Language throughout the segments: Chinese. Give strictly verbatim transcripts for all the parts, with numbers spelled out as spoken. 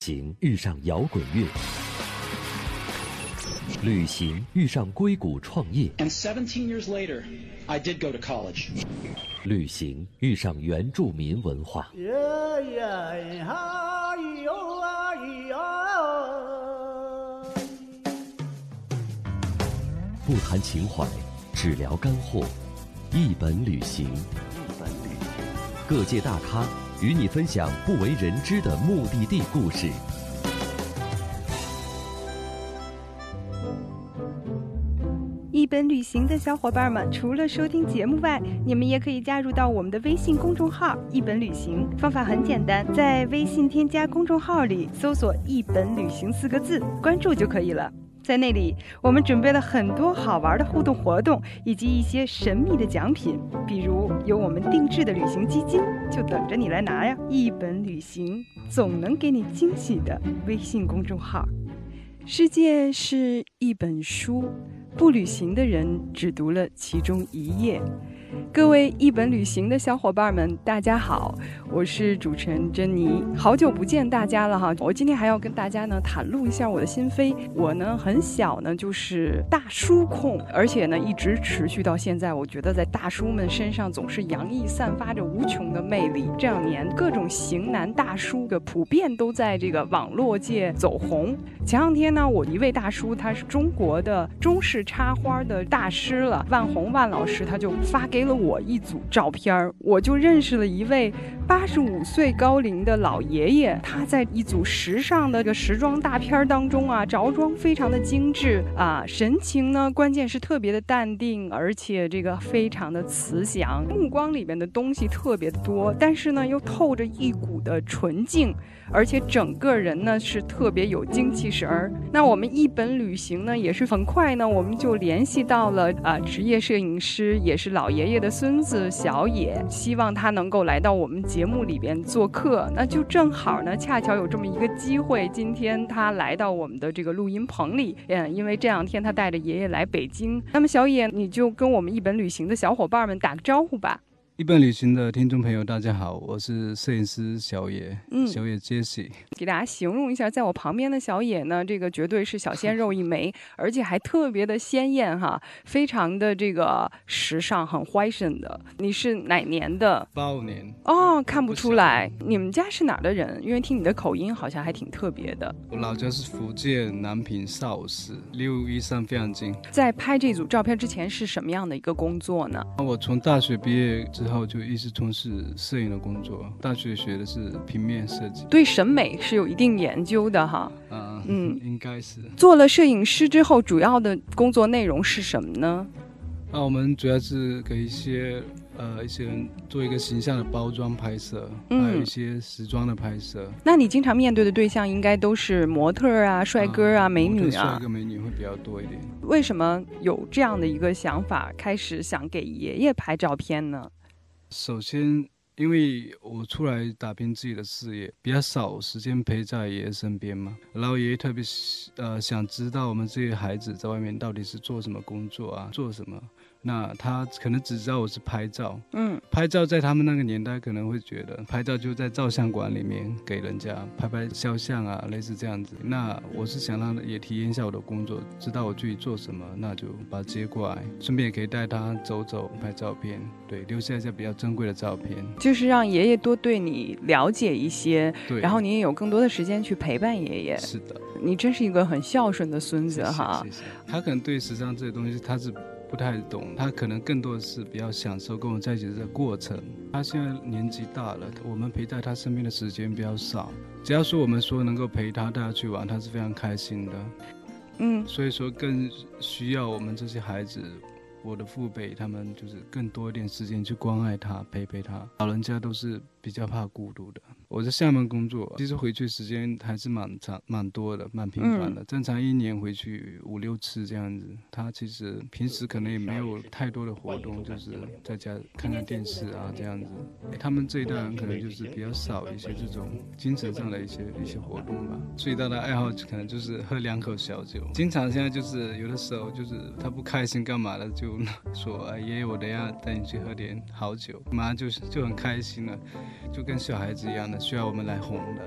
行遇上摇滚乐，旅行遇上硅谷创业， And seventeen years later, I did go to college. 旅行遇上原住民文化。不谈情怀，只聊干货。一本旅行，一本旅行，各界大咖与你分享不为人知的目的地故事。 一本旅行的小伙伴们，除了收听节目外，你们也可以加入到我们的微信公众号一本旅行。方法很简单，在微信添加公众号里搜索一本旅行四个字，关注就可以了。在那里我们准备了很多好玩的互动活动，以及一些神秘的奖品，比如有我们定制的旅行基金，就等着你来拿呀。一本旅行，总能给你惊喜的微信公众号。世界是一本书，不旅行的人只读了其中一页。各位一本旅行的小伙伴们，大家好，我是主持人珍妮，好久不见大家了哈。我今天还要跟大家呢袒露一下我的心扉。我呢很小呢就是大叔控，而且呢一直持续到现在。我觉得在大叔们身上总是洋溢散发着无穷的魅力。这两年各种型男大叔的普遍都在这个网络界走红。前两天呢，我一位大叔，他是中国的中式插花的大师了，万红万老师，他就发给给了我一组照片，我就认识了一位八十五岁高龄的老爷爷。他在一组时尚的这个时装大片当中啊，着装非常的精致啊，神情呢，关键是特别的淡定，而且这个非常的慈祥，目光里面的东西特别的多，但是呢，又透着一股的纯净，而且整个人呢是特别有精气神儿。那我们一本旅行呢，也是很快呢，我们就联系到了啊，职业摄影师，也是老爷爷的孙子小野，希望他能够来到我们节目里边做客。那就正好呢，恰巧有这么一个机会，今天他来到我们的这个录音棚里，嗯，因为这两天他带着爷爷来北京。那么小野，你就跟我们一本旅行的小伙伴们打个招呼吧。 一本旅行的听众朋友大家好，我是摄影师小野， 嗯， 小野 Jesse。 给大家形容一下，在我旁边的小野呢，这个绝对是小鲜肉一枚而且还特别的鲜艳哈，非常的这个时尚，很 fashion 的。你是哪年的？ 八五年。 哦，看不出来。你们家是哪儿的人？因为听你的口音好像还挺特别的。 我老家是福建南平邵市，离武夷山非常近。 在拍这组照片之前是什么样的一个工作呢？ 我从大学毕业之后就一直从事摄影的工作，大学学的是平面设计， 对审美是有一定研究的哈。 呃、嗯，应该是。 做了摄影师之后，主要的工作内容是什么呢？ 啊，我们主要是给一些呃一些人做一个形象的包装拍摄，嗯，还有一些时装的拍摄。 那你经常面对的对象应该都是模特啊、帅哥啊、啊美女啊？ 帅哥美女会比较多一点。 为什么有这样的一个想法，开始想给爷爷拍照片呢？ 首先，因为我出来打拼自己的事业，比较少时间陪在爷爷身边嘛。然后爷爷特别呃想知道我们这些孩子在外面到底是做什么工作啊，做什么。那他可能只知道我是拍照，嗯，拍照在他们那个年代可能会觉得拍照就在照相馆里面给人家拍拍肖像啊，类似这样子。那我是想让他也体验一下我的工作，知道我具体做什么，那就把他接过来，顺便也可以带他走走，拍照片，对，留下一些比较珍贵的照片， 就是让爷爷多对你了解一些， 对， 然后你也有更多的时间去陪伴爷爷。 是的， 你真是一个很孝顺的孙子哈。 谢谢。他可能对时尚这些东西他是不太懂，他可能更多的是比较享受跟我在一起的这个过程。他现在年纪大了，我们陪在他身边的时间比较少，只要说我们说能够陪他带他去玩，他是非常开心的。嗯，所以说更需要我们这些孩子，我的父辈他们就是更多一点时间去关爱他，陪陪他。老人家都是比较怕孤独的。我在厦门工作，其实回去时间还是蛮长、蛮多的，蛮频繁的。嗯、正常一年回去五六次这样子。他其实平时可能也没有太多的活动，就是在家看看电视啊这样子。他们这一代人可能就是比较少一些这种精神上的一些一些活动吧。最大的爱好可能就是喝两口小酒。经常现在就是有的时候就是他不开心干嘛的，就说哎爷爷，我等一下带你去喝点好酒，马上就就很开心了，就跟小孩子一样的。需要我们来哄的。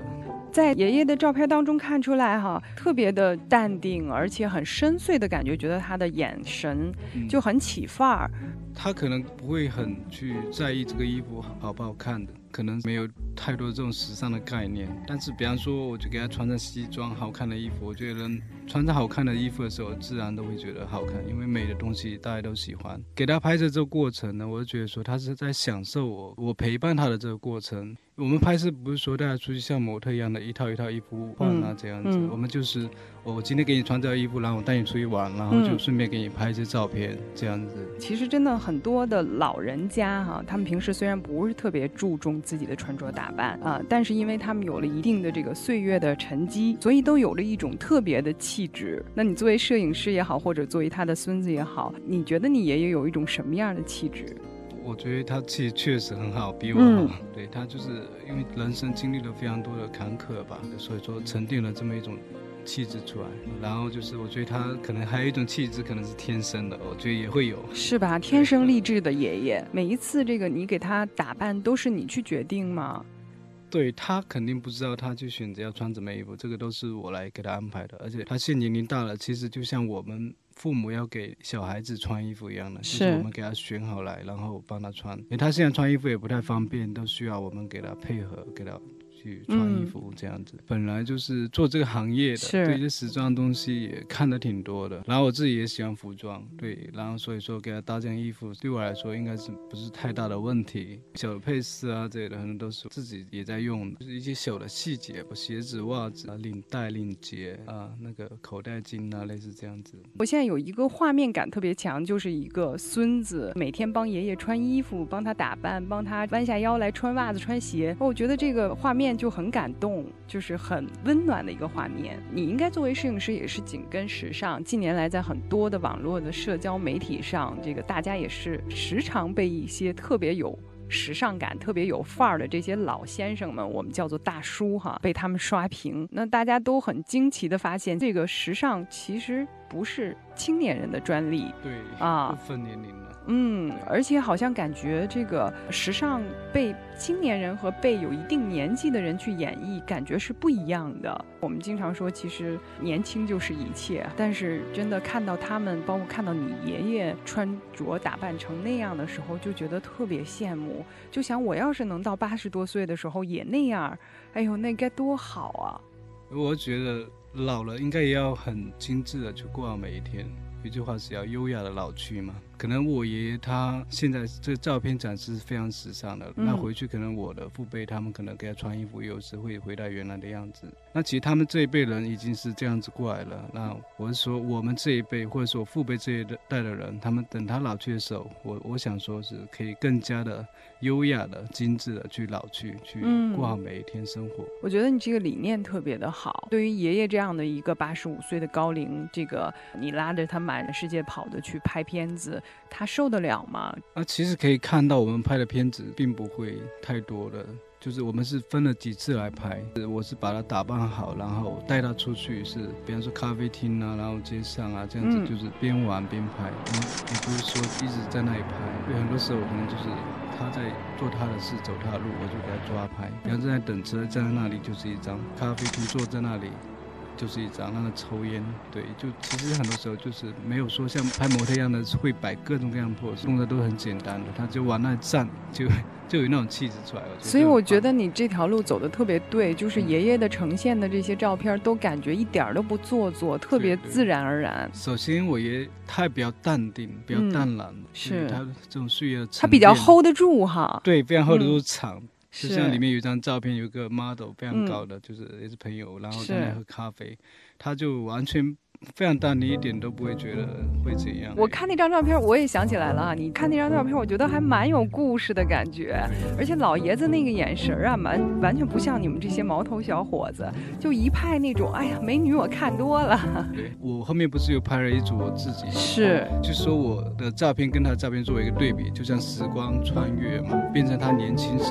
在爷爷的照片当中看出来哈，特别的淡定，而且很深邃的感觉，觉得他的眼神就很起范儿。 嗯，他可能不会很去在意这个衣服好不好看的，可能没有太多这种时尚的概念。但是比方说我就给他穿上西装好看的衣服，我觉得人穿着好看的衣服的时候自然都会觉得好看，因为美的东西大家都喜欢。给他拍摄这个过程呢，我就觉得说他是在享受我我陪伴他的这个过程。我们拍摄不是说大家出去像模特一样的一套一套衣服换啊、嗯、这样子、嗯、我们就是我今天给你穿这套衣服，然后我带你出去玩，然后就顺便给你拍一些照片、嗯、这样子。 其实真的很多的老人家哈，他们平时虽然不是特别注重自己的穿着打扮啊，但是因为他们有了一定的这个岁月的沉积，所以都有了一种特别的气质。那你作为摄影师也好，或者作为他的孙子也好，你觉得你爷爷有一种什么样的气质？ 我觉得他气质确实很好，比我好、嗯、对，他就是因为人生经历了非常多的坎坷吧，所以说沉淀了这么一种气质出来。然后就是我觉得他可能还有一种气质可能是天生的，我觉得也会有， 是吧？天生丽质的爷爷。每一次这个你给他打扮都是你去决定吗？ 对，他肯定不知道他去选择要穿什么衣服，这个都是我来给他安排的。而且他现年龄大了，其实就像我们父母要给小孩子穿衣服一样的，是就是我们给他选好来，然后帮他穿。因为他现在穿衣服也不太方便，都需要我们给他配合，给他去穿衣服这样子、嗯、本来就是做这个行业的，对这时装东西也看得挺多的，然后我自己也喜欢服装，对，然后所以说给他搭件衣服对我来说应该是不是太大的问题。小的配饰啊这类的可能都是自己也在用的，就是一些小的细节，鞋子袜子啊领带领结啊那个口袋巾啊类似这样子。 我现在有一个画面感特别强，就是一个孙子每天帮爷爷穿衣服，帮他打扮，帮他弯下腰来穿袜子穿鞋，我觉得这个画面就很感动，就是很温暖的一个画面。你应该作为摄影师也是紧跟时尚，近年来在很多的网络的社交媒体上，这个大家也是时常被一些特别有时尚感特别有范儿的这些老先生们，我们叫做大叔哈，被他们刷屏。那大家都很惊奇的发现，这个时尚其实不是青年人的专利， 对啊， 不分年龄了。 嗯，而且好像感觉这个时尚被青年人和被有一定年纪的人去演绎，感觉是不一样的。我们经常说其实年轻就是一切，但是真的看到他们，包括看到你爷爷穿着打扮成那样的时候，就觉得特别羡慕，就想我要是能到八十多岁的时候也那样，哎呦那该多好啊。 我觉得老了应该也要很精致的去过好每一天，有句话是要优雅的老去嘛。可能我爷爷他现在这照片展示是非常时尚的、嗯、那回去可能我的父辈他们可能给他穿衣服有时会回到原来的样子，那其实他们这一辈人已经是这样子过来了。那我是说我们这一辈或者说我父辈这一代的人，他们等他老去的时候，我我想说是可以更加的优雅的精致的去老去，去过好每一天生活、嗯、 我觉得你这个理念特别的好。对于爷爷这样的一个八十五岁的高龄，这个你拉着他满世界跑的去拍片子，他受得了吗？ 啊，其实可以看到我们拍的片子并不会太多的，就是我们是分了几次来拍，我是把他打扮好，然后带他出去，是比方说咖啡厅啊，然后街上啊，这样子就是边玩边拍，嗯，也不是说一直在那里拍。对，很多时候可能就是他在做他的事，走他的路，我就给他抓拍。比方说在等车，站在那里就是一张咖啡厅，坐在那里就是一张，让他抽烟。对，就其实很多时候就是没有说像拍模特一样的会摆各种各样的 pose， 动作都很简单的，他就往那站就就有那种气质出来。 所以我觉得你这条路走得特别对，就是爷爷的呈现的这些照片都感觉一点都不做作，特别自然而然。 首先我爷他比较淡定，比较淡然、嗯、是他这种岁月的他比较 hold 得住哈。 对，非常 hold 得住场、嗯，就像里面有一张照片，有一个 model 非常高的、嗯、就是也是朋友，然后在那喝咖啡，他就完全非常淡定，一点都不会觉得会怎样。 我看那张照片我也想起来了，你看那张照片我觉得还蛮有故事的感觉，而且老爷子那个眼神啊，完完全不像你们这些毛头小伙子，就一派那种哎呀美女我看多了。 对，我后面不是有拍了一组我自己， 是就说我的照片跟他的照片做一个对比，就像时光穿越嘛，变成他年轻时候的样子，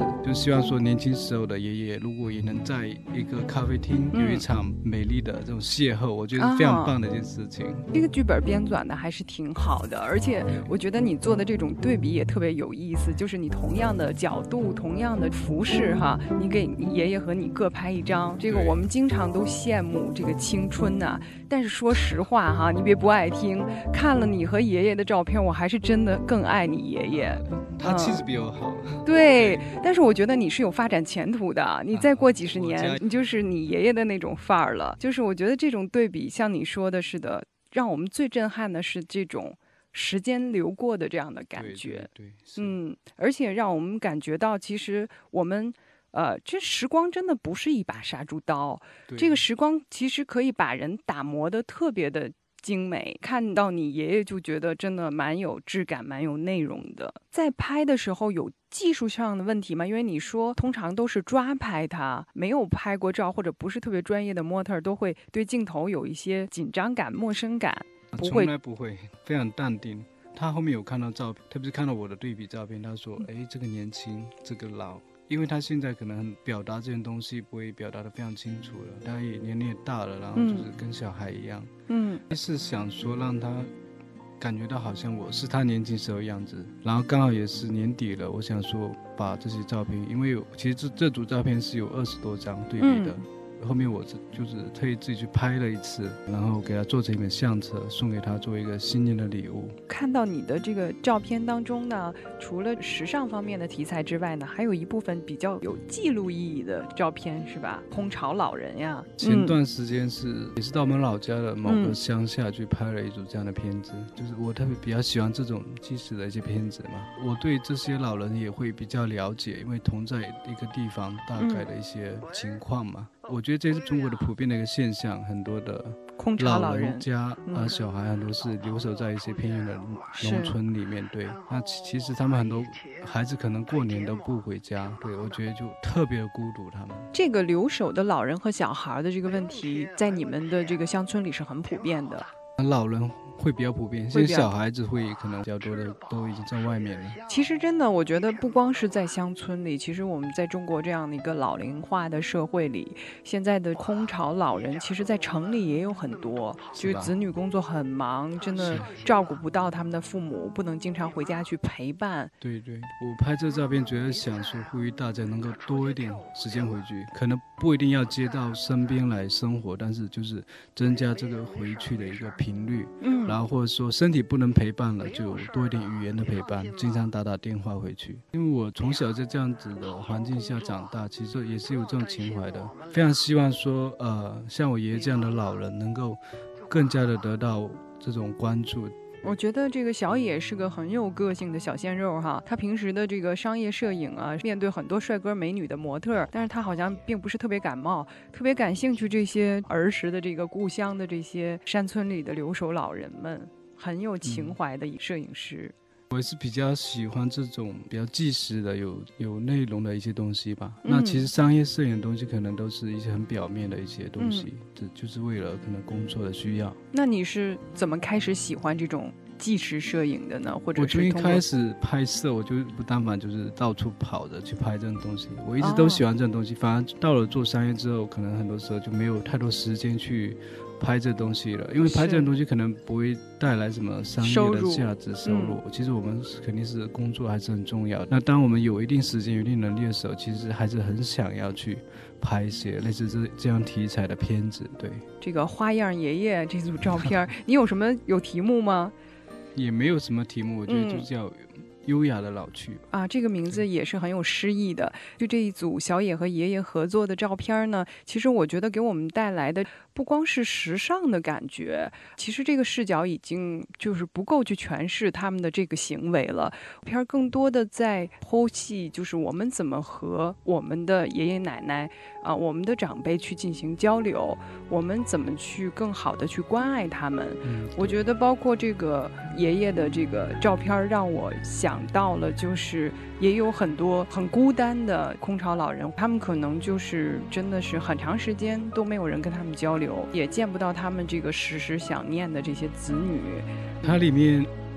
子，就希望说年轻时候的爷爷如果也能在一个咖啡厅有一场美丽的这种邂逅、嗯、我觉得是非常棒的一件事情、啊、 这个剧本编纂的还是挺好的，而且我觉得你做的这种对比也特别有意思，就是你同样的角度同样的服饰哈，你给你爷爷和你各拍一张，这个我们经常都羡慕这个青春呐、啊，但是说实话哈，你别不爱听，看了你和爷爷的照片，我还是真的更爱你爷爷。 他气质比我好、 嗯、对，但是我觉得你是有发展前途的，你再过几十年、啊、你就是你爷爷的那种范儿了。就是我觉得这种对比像你说的似的，让我们最震撼的是这种时间流过的这样的感觉。 对，对对， 嗯，而且让我们感觉到其实我们呃，这时光真的不是一把杀猪刀，这个时光其实可以把人打磨得特别的精美。看到你爷爷就觉得真的蛮有质感蛮有内容的。在拍的时候有技术上的问题吗？因为你说通常都是抓拍他，没有拍过照或者不是特别专业的模特都会对镜头有一些紧张感陌生感。不会， 从来不会，非常淡定。他后面有看到照片，特别是看到我的对比照片，他说哎，这个年轻这个老，因为他现在可能表达这件东西不会表达得非常清楚了，他也年龄也大了，然后就是跟小孩一样，嗯，是想说让他感觉到好像我是他年轻时候的样子。然后刚好也是年底了，我想说把这些照片，因为有其实 这, 这组照片是有二十多张对比的、嗯、后面我就是特意自己去拍了一次，然后给他做成一本相册送给他作为一个新年的礼物。 看到你的这个照片当中呢，除了时尚方面的题材之外呢，还有一部分比较有记录意义的照片是吧？空巢老人呀， 前段时间是、嗯、也是到我们老家的某个乡下去拍了一组这样的片子、嗯、就是我特别比较喜欢这种纪实的一些片子嘛，我对这些老人也会比较了解，因为同在一个地方大概的一些情况嘛、嗯，我觉得这是中国的普遍的一个现象，很多的空巢老人家、嗯、啊小孩很多是留守在一些偏远的农村里面。对，那其实他们很多孩子可能过年都不回家，对，我觉得就特别的孤独。他们这个留守的老人和小孩的这个问题，在你们的这个乡村里是很普遍的。 老人会比较普遍，现在小孩子会可能比较多的都已经在外面了。 其实真的我觉得不光是在乡村里，其实我们在中国这样的一个老龄化的社会里，现在的空巢老人其实在城里也有很多，就是子女工作很忙，真的照顾不到他们的父母，不能经常回家去陪伴。 对对，我拍这照片主要想说呼吁大家能够多一点时间回去，可能不一定要接到身边来生活，但是就是增加这个回去的一个频率。嗯，然后或者说身体不能陪伴了，就多一点语言的陪伴，经常打打电话回去。因为我从小在这样子的环境下长大，其实也是有这种情怀的，非常希望说呃，像我爷爷这样的老人能够更加的得到这种关注。 我觉得这个小野是个很有个性的小鲜肉哈，他平时的这个商业摄影啊，面对很多帅哥美女的模特，但是他好像并不是特别感冒，特别感兴趣这些儿时的这个故乡的这些山村里的留守老人们，很有情怀的摄影师。嗯， 我也是比较喜欢这种比较纪实的有有内容的一些东西吧、嗯、那其实商业摄影的东西可能都是一些很表面的一些东西、嗯、这就是为了可能工作的需要。 那你是怎么开始喜欢这种纪实摄影的呢？或者是我就一开始拍摄我就不但凡就是到处跑着去拍这种东西，我一直都喜欢这种东西、哦、反而到了做商业之后，可能很多时候就没有太多时间去拍这东西了，因为拍这种东西可能不会带来什么商业的价值收入、收入、嗯、其实我们肯定是工作还是很重要的。那当我们有一定时间有一定能力的时候，其实还是很想要去拍一些类似这这样题材的片子。对， 这个花样爷爷这组照片你有什么有题目吗？ 也没有什么题目，我觉得就叫优雅的老去、 嗯、啊，这个名字也是很有诗意的。就这一组小野和爷爷合作的照片呢，其实我觉得给我们带来的不光是时尚的感觉，其实这个视角已经就是不够去诠释他们的这个行为了。片更多的在剖析，就是我们怎么和我们的爷爷奶奶啊，我们的长辈去进行交流，我们怎么去更好的去关爱他们、嗯、我觉得包括这个爷爷的这个照片让我想到了，就是也有很多很孤单的空巢老人，他们可能就是真的是很长时间都没有人跟他们交流，也见不到他们这个时时想念的这些子女。 它里面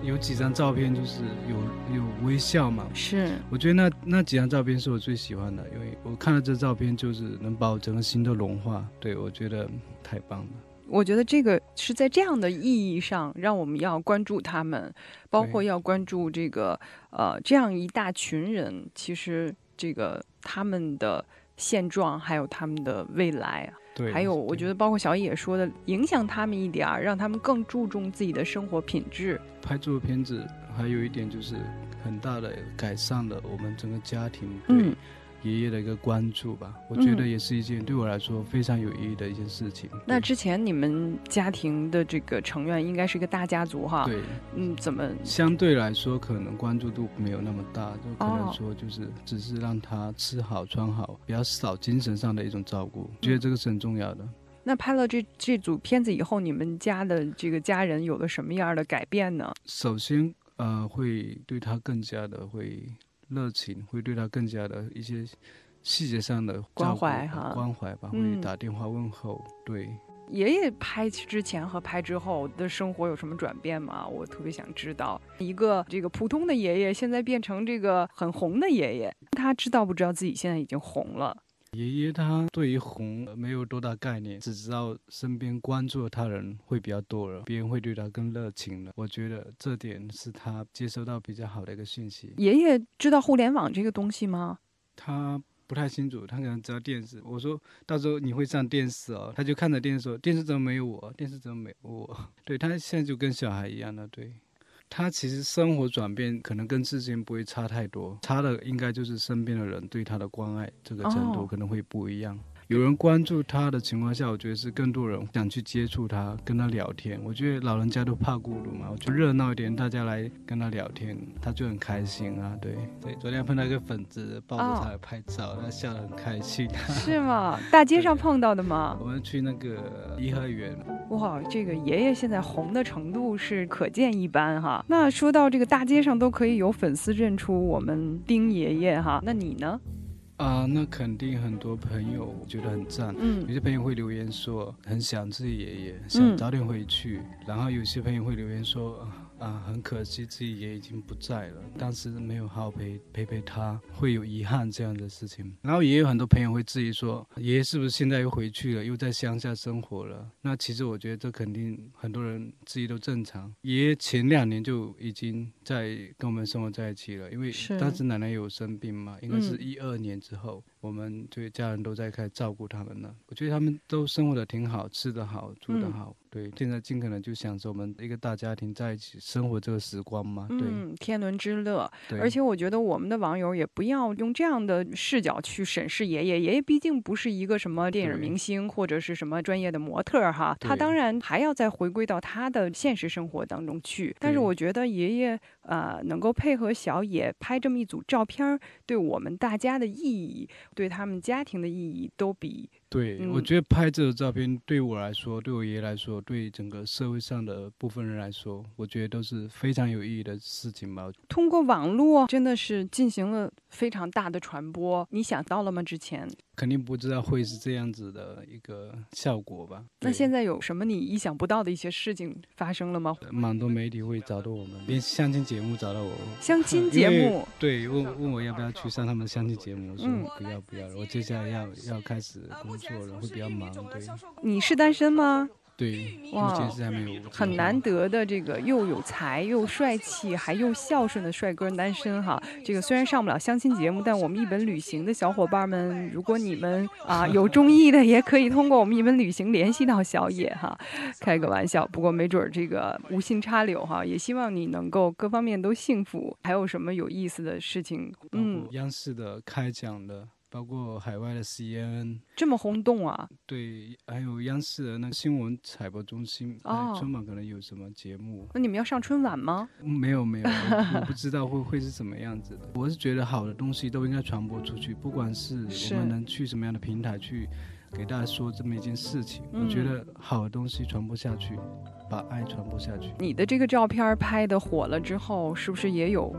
有几张照片就是有有微笑嘛， 是， 我觉得那那几张照片是我最喜欢的，因为我看了这照片就是能把我整个心都融化，对，我觉得太棒了。 我觉得这个是在这样的意义上，让我们要关注他们，包括要关注这个呃这样一大群人，其实这个他们的现状，还有他们的未来啊。 对， 还有我觉得包括小野说的，影响他们一点儿，让他们更注重自己的生活品质。 拍这部片子还有一点就是很大的改善了我们整个家庭对爷爷的一个关注吧、嗯、我觉得也是一件对我来说非常有意义的一件事情。 那之前你们家庭的这个成员应该是一个大家族哈？ 对， 嗯，怎么相对来说可能关注度没有那么大，就可能说就是只是让他吃好穿好，比较少精神上的一种照顾，我觉得这个是很重要的。 那拍了这这组片子以后，你们家的这个家人有了什么样的改变呢？ 首先呃，会对他更加的会热情，会对他更加的一些细节上的关怀哈， 关怀吧、嗯，会打电话问候。对， 爷爷拍之前和拍之后的生活有什么转变吗？我特别想知道。一个这个普通的爷爷，现在变成这个很红的爷爷，他知道不知道自己现在已经红了？ 爷爷他对于红没有多大概念，只知道身边关注的他人会比较多了，别人会对他更热情了。我觉得这点是他接收到比较好的一个讯息。 爷爷知道互联网这个东西吗？ 他不太清楚，他可能知道电视。我说到时候你会上电视哦，他就看着电视说电视怎么没有我，电视怎么没有我。对，他现在就跟小孩一样的。对，他其实生活转变可能跟之前不会差太多，差的应该就是身边的人对他的关爱这个程度可能会不一样、哦、有人关注他的情况下，我觉得是更多人想去接触他，跟他聊天。我觉得老人家都怕孤独嘛，我就热闹一点，大家来跟他聊天，他就很开心啊。对对，昨天碰到一个粉丝抱着他来拍照、哦、他笑得很开心。 是吗？大街上碰到的吗？ 我们去那个颐和园。 哇，这个爷爷现在红的程度是可见一斑哈。那说到这个大街上都可以有粉丝认出我们丁爷爷哈，那你呢？ 啊、呃，那肯定很多朋友觉得很赞，嗯，有些朋友会留言说很想自己爷爷，想早点回去、嗯、然后有些朋友会留言说啊，很可惜自己爷爷已经不在了，当时没有好好陪陪陪他，会有遗憾这样的事情。然后也有很多朋友会质疑说，爷爷是不是现在又回去了，又在乡下生活了？那其实我觉得这肯定很多人质疑都正常。爷爷前两年就已经在跟我们生活在一起了，因为当时奶奶有生病嘛，应该是一二年之后、嗯、我们对家人都在开始照顾他们了。我觉得他们都生活的挺好，吃得好，住得好、嗯，对，现在尽可能就享受我们一个大家庭在一起生活这个时光嘛，对， 嗯，天伦之乐。而且我觉得我们的网友也不要用这样的视角去审视爷爷，爷爷毕竟不是一个什么电影明星或者是什么专业的模特哈，他当然还要再回归到他的现实生活当中去。但是我觉得爷爷呃能够配合小野拍这么一组照片，对我们大家的意义，对他们家庭的意义都比。 对、嗯，我觉得拍这个照片对我来说，对我爷爷来说，对整个社会上的部分人来说，我觉得都是非常有意义的事情吧。 通过网络真的是进行了非常大的传播，你想到了吗？之前肯定不知道会是这样子的一个效果吧。 那现在有什么你意想不到的一些事情发生了吗？ 蛮多媒体会找到我们，连相亲节目找到我。 相亲节目？ 对，问问我要不要去上他们的相亲节目，我说不要不要了，我接下来要要开始工作了，会比较忙。对， 你是单身吗？ 对，目前是还没有。 很难得的这个又有才又帅气还又孝顺的帅哥单身哈。这个虽然上不了相亲节目，但我们一本旅行的小伙伴们，如果你们啊有中意的，也可以通过我们一本旅行联系到小野哈。开个玩笑，不过没准这个无心插柳哈，也希望你能够各方面都幸福。还有什么有意思的事情？ 嗯，央视的开讲的。包括海外的 C N N 这么轰动啊？ 对，还有央视的那个新闻采播中心，哦，春晚可能有什么节目？ 那你们要上春晚吗？ 没有没有，我, 我不知道会会是什么样子的。我是觉得好的东西都应该传播出去，不管是我们能去什么样的平台去给大家说这么一件事情，嗯、我觉得好的东西传播下去，把爱传播下去。 你的这个照片拍的火了之后，是不是也有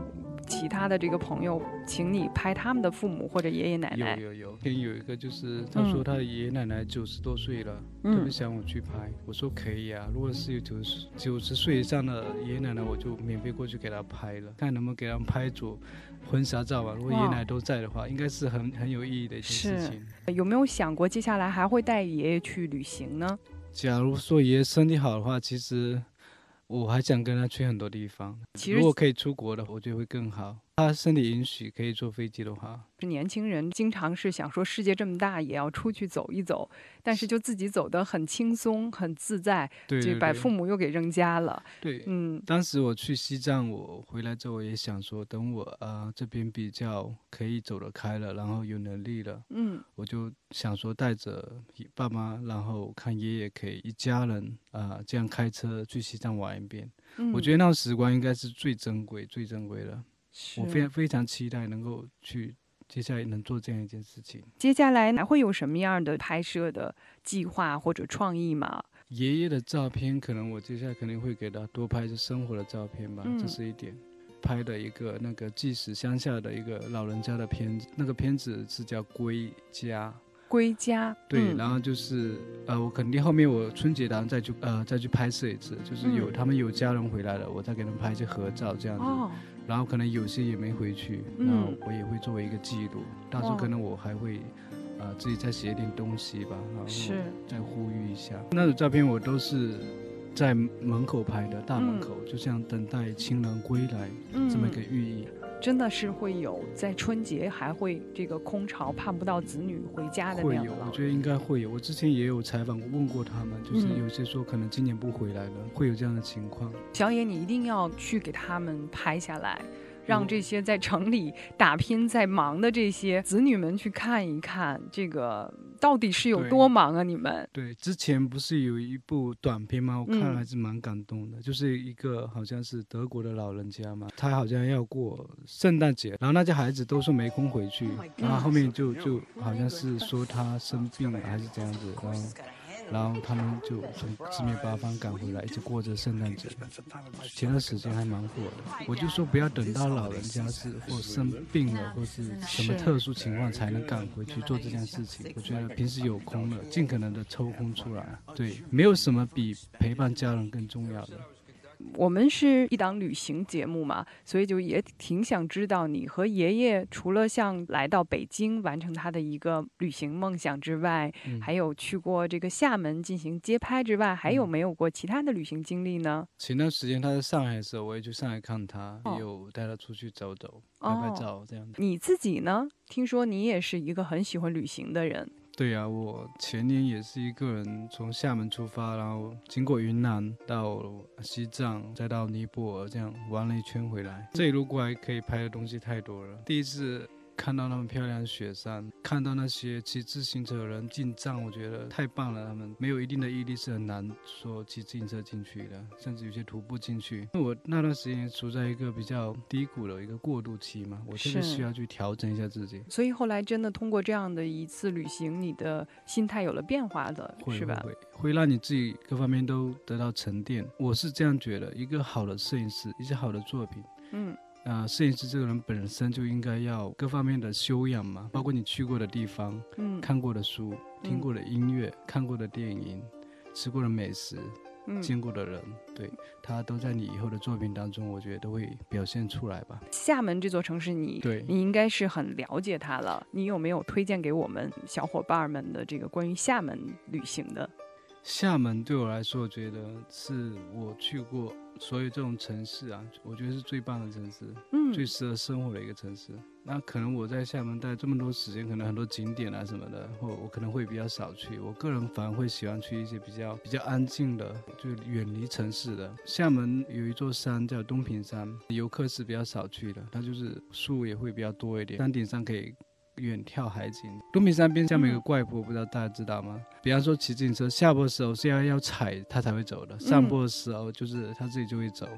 其他的这个朋友请你拍他们的父母或者爷爷奶奶？ 有有有，天有一个就是他说他的爷爷奶奶九十多岁了， 嗯、 特别想我去拍。我说可以啊，如果是有九十九十岁以上的爷爷奶奶，我就免费过去给他拍了，看能不能给他们拍组婚纱照吧。如果爷爷奶奶都在的话，应该是很很有意义的一件事情。 有没有想过接下来还会带爷爷去旅行呢？ 假如说爷爷身体好的话，其实我还想跟他去很多地方。如果可以出国的，我觉得会更好。他身体允许可以坐飞机的话， 是年轻人经常是想说世界这么大也要出去走一走，但是就自己走得很轻松很自在， 对对对， 就把父母又给扔家了。 对， 嗯， 当时我去西藏，我回来之后我也想说，等我呃这边比较可以走得开了，然后有能力了， 嗯， 我就想说带着爸妈，然后看爷爷可以一家人啊、呃、这样开车去西藏玩一遍。嗯，我觉得那种时光应该是最珍贵、最珍贵的。我非常非常期待能够去接下来能做这样一件事情。 接下来还会有什么样的拍摄的计划或者创意吗？ 爷爷的照片，可能我接下来肯定会给他多拍一些生活的照片吧，嗯、这是一点。拍的一个那个纪实乡下的一个老人家的片子，那个片子是叫《归家》。 归家， 对， 嗯、 然后就是呃，我肯定后面我春节档再去呃再去拍摄一次，就是有、嗯、他们有家人回来了，我再给他们拍一些合照这样子。哦，然后可能有些也没回去，然后我也会作为一个记录。嗯、到时候可能我还会呃自己再写一点东西吧，然后再呼吁一下。那种照片我都是在门口拍的，大门口，嗯、就像等待亲人归来、嗯、这么一个寓意。 真的是会有在春节还会这个空巢盼不到子女回家的那样的。 会有，我觉得应该会有。我之前也有采访问过他们，就是有些说可能今年不回来了，嗯、会有这样的情况。 小野，你一定要去给他们拍下来，让这些在城里打拼在忙的这些子女们去看一看，这个到底是有多忙啊！你们对，之前不是有一部短片吗？我看了还是蛮感动的，嗯、就是一个好像是德国的老人家嘛，他好像要过圣诞节，然后那些孩子都说没空回去，然后后面就就好像是说他生病了还是这样子，然后。然后他们就从四面八方赶回来，一起过着圣诞节。前段时间还蛮火的。我就说不要等到老人家是或生病了，或是什么特殊情况才能赶回去做这件事情。我觉得平时有空了，尽可能的抽空出来。对，没有什么比陪伴家人更重要的。 我们是一档旅行节目嘛，所以就也挺想知道你和爷爷除了像来到北京完成他的一个旅行梦想之外，嗯、还有去过这个厦门进行街拍之外，还有没有过其他的旅行经历呢？ 前段时间他在上海的时候，我也去上海看他，哦、也有带他出去走走、拍拍照这样的。 你自己呢？听说你也是一个很喜欢旅行的人。 对啊，我前年也是一个人从厦门出发，然后经过云南到西藏，再到尼泊尔，这样玩了一圈回来。这一路过来可以拍的东西太多了。第一次看到那么漂亮的雪山，看到那些骑自行车的人进藏，我觉得太棒了。他们没有一定的毅力是很难说骑自行车进去的，甚至有些徒步进去。我那段时间处在一个比较低谷的一个过渡期嘛，我特别需要去调整一下自己。 所以后来真的通过这样的一次旅行，你的心态有了变化的，是吧？ 会会会让你自己各方面都得到沉淀。我是这样觉得，一个好的摄影师，一些好的作品，嗯。啊、呃，摄影师这个人本身就应该要各方面的修养嘛，包括你去过的地方，嗯，看过的书，听过的音乐，嗯、看过的电影，吃过的美食，嗯、见过的人，对，他都在你以后的作品当中，我觉得都会表现出来吧。 厦门这座城市你，对，你应该是很了解它了。你有没有推荐给我们小伙伴们的这个关于厦门旅行的？ 厦门对我来说，我觉得是我去过所有这种城市啊，我觉得是最棒的城市，嗯，最适合生活的一个城市。那可能我在厦门待这么多时间，可能很多景点啊什么的，或我可能会比较少去。我个人反而会喜欢去一些比较比较安静的，就远离城市的。厦门有一座山叫东平山，游客是比较少去的，它就是树也会比较多一点，山顶上可以远眺海景。东平山边下面有个怪坡，不知道大家知道吗？比方说骑自行车下坡的时候是要要踩它才会走的，上坡的时候就是它自己就会走。哦，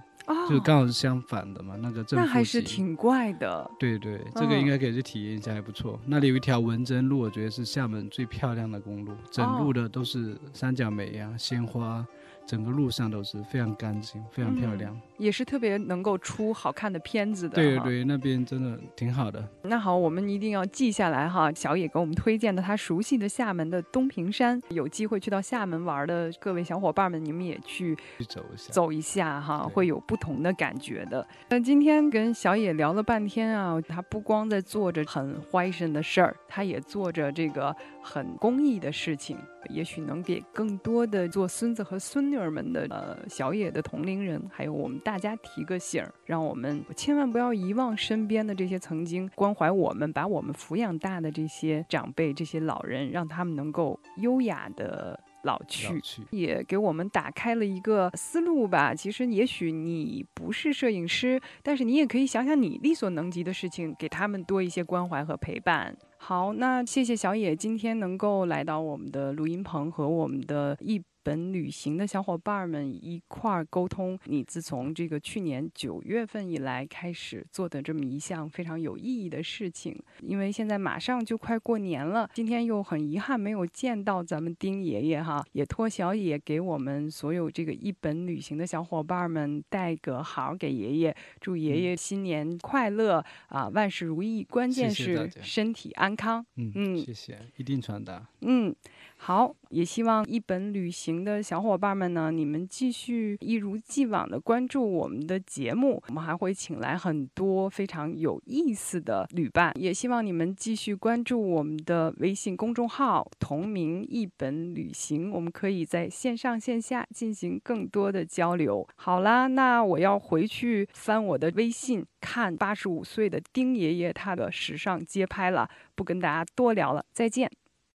就刚好是相反的嘛，那个正负极。 那还是挺怪的。 对对，这个应该可以去体验一下，还不错。那里有一条文珍路，我觉得是厦门最漂亮的公路，整路的都是三角梅啊、鲜花，整个路上都是非常干净、非常漂亮、嗯， 也是特别能够出好看的片子的。 对对对，那边真的挺好的。 那好，我们一定要记下来哈。小野给我们推荐的他熟悉的厦门的东平山，有机会去到厦门玩的各位小伙伴们，你们也去走一下， 走一下哈，会有不同的感觉的。那今天跟小野聊了半天啊，他不光在做着很坏神的事儿，他也做着这个很公益的事情，也许能给更多的做孙子和孙女儿们的呃小野的同龄人，还有我们大家提个醒，让我们千万不要遗忘身边的这些曾经关怀我们、把我们抚养大的这些长辈、这些老人，让他们能够优雅的老去, 老去也给我们打开了一个思路吧。其实也许你不是摄影师，但是你也可以想想你力所能及的事情，给他们多一些关怀和陪伴。好，那谢谢小野今天能够来到我们的录音棚，和我们的一本旅行的小伙伴们一块儿沟通你自从这个去年九月份以来开始做的这么一项非常有意义的事情。因为现在马上就快过年了，今天又很遗憾没有见到咱们丁爷爷哈，也托小野给我们所有这个一本旅行的小伙伴们带个好给爷爷，祝爷爷新年快乐啊、呃，万事如意，关键是身体安康。 嗯嗯，谢谢，一定传达。 嗯，好，也希望一本旅行的小伙伴们呢，你们继续一如既往的关注我们的节目，我们还会请来很多非常有意思的旅伴，也希望你们继续关注我们的微信公众号同名一本旅行，我们可以在线上线下进行更多的交流。好啦，那我要回去翻我的微信，看八十五岁的丁爷爷他的时尚街拍了，不跟大家多聊了，再见。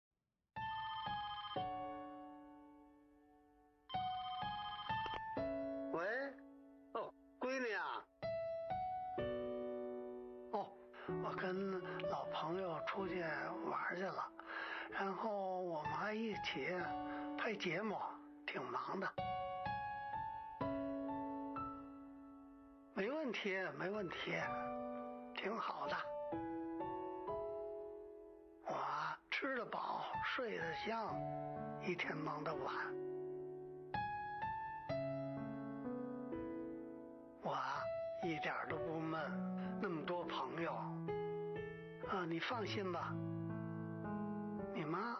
我跟老朋友出去玩去了，然后我们还一起拍节目，挺忙的。没问题，没问题，挺好的。我吃得饱，睡得香，一天忙得晚。我一点都不闷，那么多朋友。啊，你放心吧，你妈，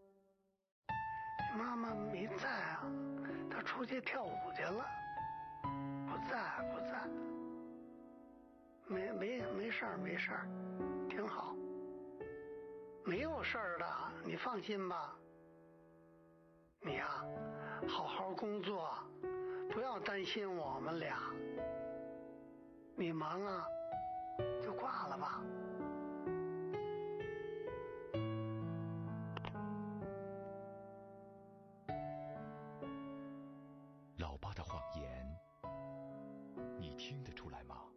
你妈妈没在啊，她出去跳舞去了，不在不在，没没没事儿没事儿，挺好，没有事儿的，你放心吧。你呀、啊，好好工作，不要担心我们俩。你忙啊，就挂了吧。 老爸的谎言，你听得出来吗？